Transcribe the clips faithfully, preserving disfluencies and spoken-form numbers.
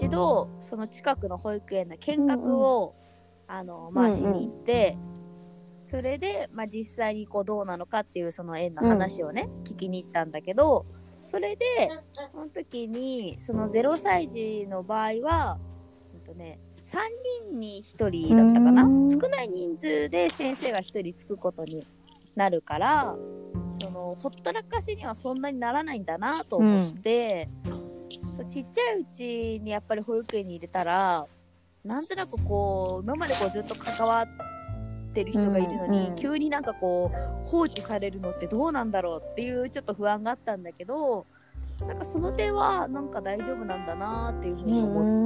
一度その近くの保育園の見学を、うんうん、あのまあしに行って、うんうん、それで、まあ、実際にこうどうなのかっていうその園の話をね、うん、聞きに行ったんだけど、それでその時にそのゼロさい児の場合は、うんとね、さんにんにひとりだったかな、少ない人数で先生がひとりつくことになるから、そのほったらかしにはそんなにならないんだなと思って、うん、そうちっちゃいうちにやっぱり保育園に入れたら、なんとなくこう今までこうずっと関わってる人がいるのに、うんうん、急になんかこう放置されるのってどうなんだろうっていうちょっと不安があったんだけど、なんかその点はなんか大丈夫なんだなっていうふうに思って、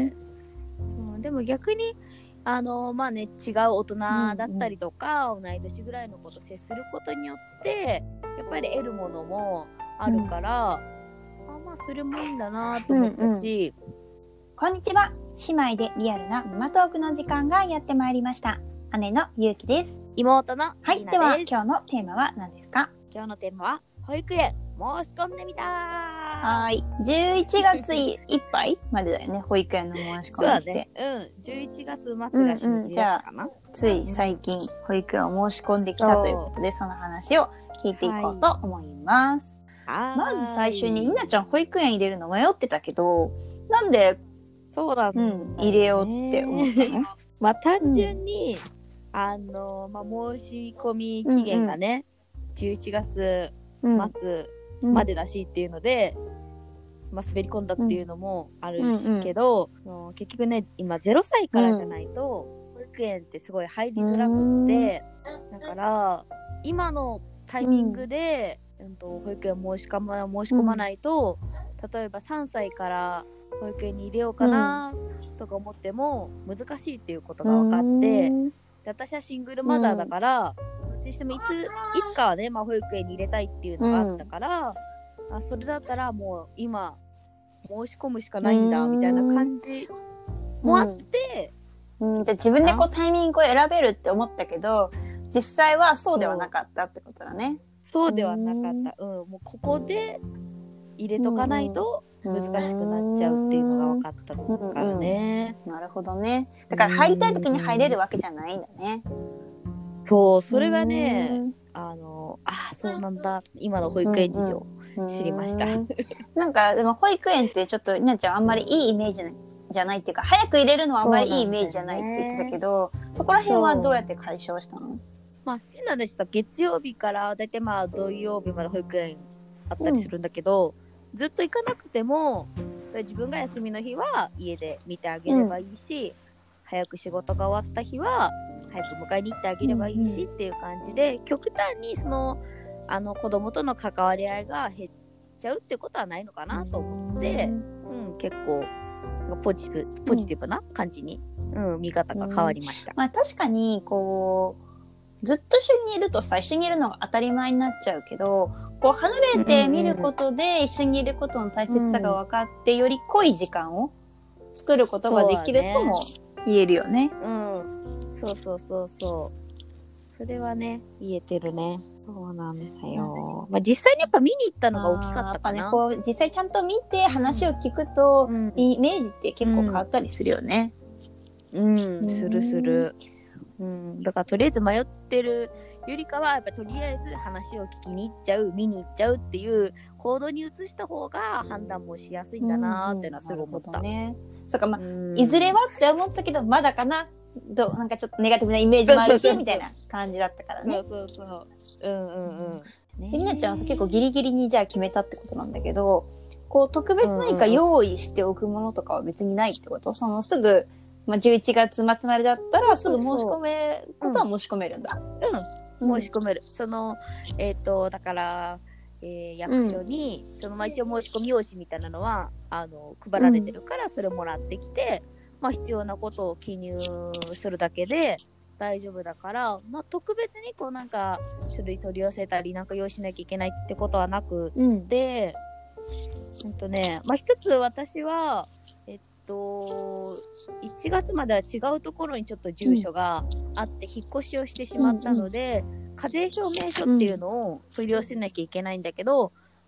うんうん、でも逆にあのまあね、違う大人だったりとか、うんうん、同い年ぐらいの子と接することによってやっぱり得るものもあるから、うん、あまあそれもいいんだなと思ったし、 うんうん、こんにちは。姉妹でリアルなママトークの時間がやってまいりました。姉のゆうきです。 妹のはい、では今日のテーマは何ですか？ 今日のテーマは保育園申し込んでみたー。 はい、じゅういちがつ い, いっぱいまでだよね、保育園の申し込みって。 そうだね、うん、じゅういちがつ末が締め切りだったかな、 うんうん、じゃあつい最近保育園を申し込んできたということで、その話を聞いていこうと思います。はい、まず最初に、ひなちゃん保育園入れるの迷ってたけど、なんでそうだ、ね、 うん、入れようって思ったの？ まあ単純に、うん、あのまあ、申し込み期限がね、うんうん、じゅういちがつ末までだしっていうので、うん、まあ、滑り込んだっていうのもあるしけど、うんうん、結局ね今ゼロさいからじゃないと、うん、保育園ってすごい入りづらくって、うん、だから今のタイミングで、うんうん、と保育園申し込ま、申し込まないと、うん、例えばさんさいから保育園に入れようかなとか思っても難しいっていうことが分かって、うん、で私はシングルマザーだから、うん、どっちにしてもいつ、いつかはね、まあ、保育園に入れたいっていうのがあったから、うん、あそれだったらもう今申し込むしかないんだみたいな感じもあって、 うんうん、で自分でこうタイミングを選べるって思ったけど実際はそうではなかったってことだね。 そうではなかった、うん、もうここで入れとかないと難しくなっちゃうっていうのが分かったからね、 うんうん、なるほどね。だから入りたい時に入れるわけじゃないんだね。 そう、それがね、あのあそうなんだ、今の保育園事情知りました。 なんかでも保育園ってちょっとひなちゃんあんまりいいイメージじゃないっていうか、早く入れるのはあんまりいいイメージじゃないって言ってたけど、 そ,、ね、そこら辺はどうやって解消したの？ まあ変なでした、月曜日からだいたいまあ土曜日まで保育園あったりするんだけど、うん、ずっと行かなくても自分が休みの日は家で見てあげればいいし、うん、早く仕事が終わった日は早く迎えに行ってあげればいいしっていう感じで、うん、極端にそのあの子供との関わり合いが減っちゃうってことはないのかなと思って、うんうん、結構ポジティブ、ポジティブな感じに、うんうん、見方が変わりました。 まあ確かにこうずっと一緒にいるとさ、一緒にいるのが当たり前になっちゃうけど、こう離れて見ることで一緒にいることの大切さが分かって、うん、より濃い時間を作ることができるとも言えるよね。 うん、そうそうそうそう。それはね、言えてるね。そうなんだよ。まあ実際にやっぱ見に行ったのが大きかったかな。 やっぱね、こう実際ちゃんと見て話を聞くと、うん、イメージって結構変わったりするよね。 うん、うん、するする。うん、だからとりあえず迷ってるよりかはやっぱとりあえず話を聞きに行っちゃう、見に行っちゃうっていう行動に移した方が判断もしやすいんだなーってのはすぐ思った。 うんうん、ね。そうか、まあ、いずれはって思ったけどまだかな、どうなんかちょっとネガティブなイメージもあるしみたいな感じだったからね。 そうそうそう。うんうんうん。 ひなちゃんは結構ギリギリにじゃあ決めたってことなんだけど、こう特別何か用意しておくものとかは別にないってこと？そのすぐまあ、じゅういちがつ末までだったらすぐ申し込めることは申し込めるんだ。 うん、うん、申し込める。そのえっ、ー、とだから、えー、役所に、うん、そのまあ一応申し込み用紙みたいなのはあの配られてるから、それもらってきて、うん、まあ必要なことを記入するだけで大丈夫だから、まあ特別にこうなんか書類取り寄せたりなんか用意しなきゃいけないってことはなくて、うん、うんとね、まあ一つ私はえっといちがつまでは違うところにちょっと住所があって引っ越しをしてしまったので、うんうん、課税証明書っていうのを取り寄せなきゃいけないんだけど、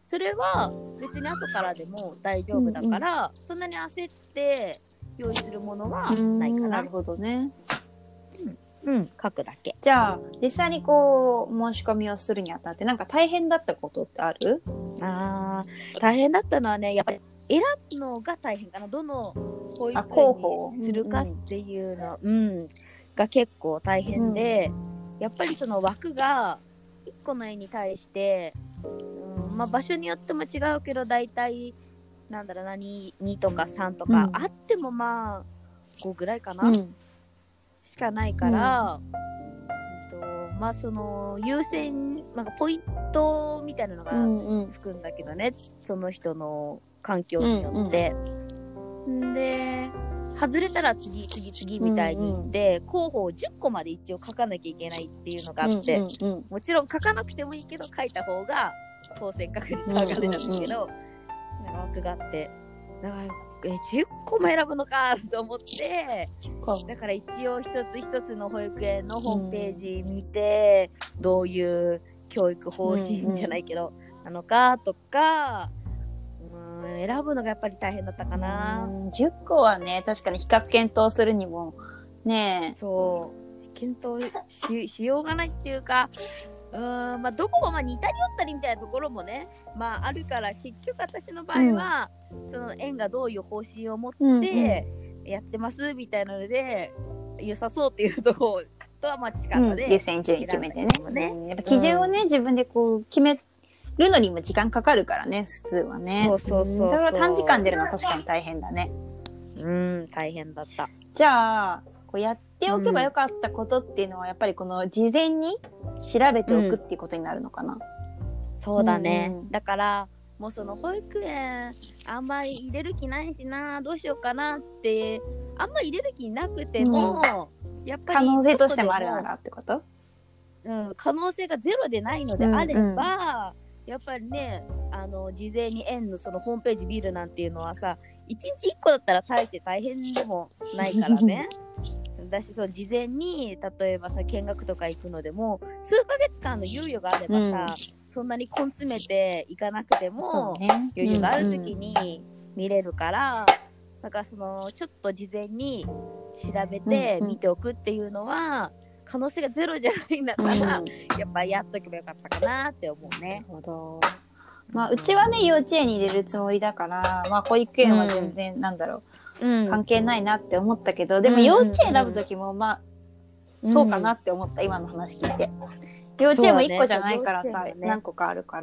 それは別に後からでも大丈夫だから、うんうん、そんなに焦って用意するものはないかな。 なるほどね。 うん、うん、書くだけ。 じゃあ実際にこう申し込みをするにあたってなんか大変だったことってある？ あー、大変だったのはね、やっぱり選ぶのが大変かな。どの保育園にするかっていうの、うん、うん、が結構大変で、うん、やっぱりその枠がいっこの絵に対して、うん、まあ場所によっても違うけど大体なんだろうな 2, にとかさんとか、うん、あってもまあごぐらいかな、うん、しかないから、うん、とまあその優先なんかポイントみたいなのがつくんだけどね、うんうん、その人の環境によって、うんうん、で外れたら次次次みたいに言って、うんうん、候補をじゅっこまで一応書かなきゃいけないっていうのがあって、うんうんうん、もちろん書かなくてもいいけど書いた方が当選確率上がるんだけど、うんうんうん、なんか枠があってだからえじゅっこも選ぶのかと思って、だから一応一つ一つの保育園のホームページ見て、うん、どういう教育方針じゃないけど、うんうん、なのかとか、うん、選ぶのがやっぱり大変だったかな。 うんじゅっこはね確かに比較検討するにもねえそう検討 し, しようがないっていうか、うーんまあ、どこもまあ似たり寄ったりみたいなところもね、まあ、あるから結局私の場合は、うん、その園がどういう方針を持ってやってますみたいなので、うんうん、良さそうっていうところとはまあ近さで、 うん、優先順位決めてね、うん、やっぱ基準をね、うん、自分でこう決めるのにも時間かかるからね普通はね。 そうそうそうそう、 だから短時間出るのは確かに大変だね。 うん大変だった。 じゃあこうやっておけばよかったことっていうのはやっぱりこの事前に調べておくっていうことになるのかな、うん、 そうだね、うんうん、だからもうその保育園あんまり入れる気ないしなどうしようかなってあんま入れる気なくても、うん、やっぱり可能性としてもあるならってこと、 うん、可能性がゼロでないのであれば、うんうん、やっぱりねあの事前に園のそのホームページ見るなんていうのはさいちにちいっこだったら大して大変でもないからねだしそう事前に例えばさ見学とか行くのでも数ヶ月間の猶予があればさ、うん、そんなに根詰めていかなくても、ね、余裕がある時に見れるから、うんうん、だからそのちょっと事前に調べて見ておくっていうのは、うんうん、可能性がゼロじゃないんだから、うん、やっぱやっとけばよかったかなって思うね。 なるほど。まあ、うちはね幼稚園に入れるつもりだから、まあ、保育園は全然なんだろう、うん、関係ないなって思ったけど、でも幼稚園選ぶ時もまあ、うん、そうかなって思った今の話聞いて。幼稚園もいっこじゃないからさ、ね、何個かあるから、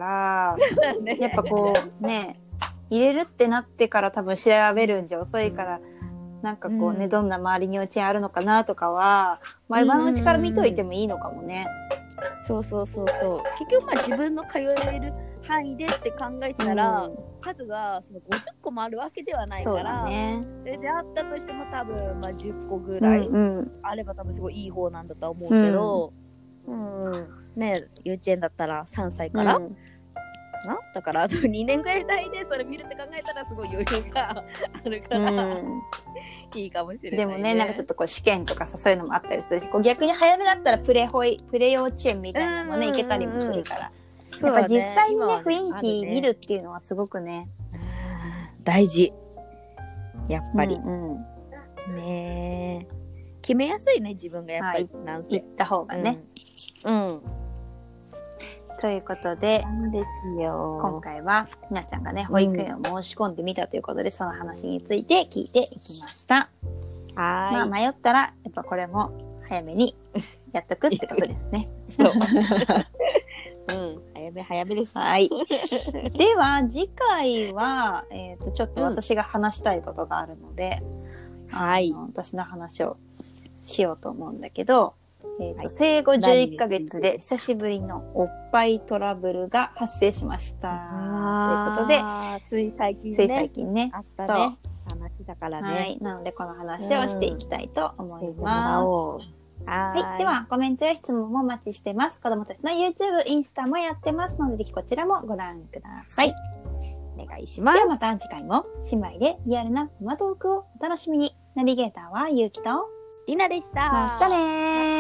ね、やっぱこうね入れるってなってから多分調べるんじゃ遅いからなんかこうね、うん、どんな周りに幼稚園あるのかなとかは、まあ、今のうちから見といてもいいのかもね。 そうそうそうそう結局まあ自分の通える範囲でって考えたら、うん、数がそのごじゅっこもあるわけではないから そ,、ね、それであったとしても多分まあじゅっこぐらいあれば多分すごいいい方なんだとは思うけど、うんうん、ね幼稚園だったらさんさいから、うん、なだからあとにねんぐらいでそれ見るって考えたらすごい余裕があるから、うん、いいかもしれない、ね、 でもねなんかちょっとこう試験とかさそういうのもあったりするしこう逆に早めだったらプレホイプレ幼稚園みたいなのもね、うんうんうん、行けたりもするから、やっぱ実際にね雰囲気見るっていうのはすごくね大事やっぱり、うんうん、ねえ決めやすいね自分がやっぱり何歳、 はい、行った方がね、 うん、うん、 ということでですよ今回はひなちゃんがね保育園を申し込んでみたということで、うん、その話について聞いていきました。 はい、 まあ迷ったらやっぱこれも早めにやっとくってことですねそううん、早め早めです。 はい。では次回は、えーと、ちょっと私が話したいことがあるので、うん、はい、私の話をしようと思うんだけど、えーとはい、生後じゅういっかげつで久しぶりのおっぱいトラブルが発生しましたということで、 つい最近ね、 つい最近ね、 あったね話だからね。 はい、なのでこの話をしていきたいと思います。うんはい、はい。では、コメントや質問もお待ちしてます。子供たちの YouTube、インスタもやってますので、ぜひこちらもご覧ください。 お願いします。 ではまた次回も、姉妹でリアルなママトークをお楽しみに。ナビゲーターはゆうきとりなでした。 またねー。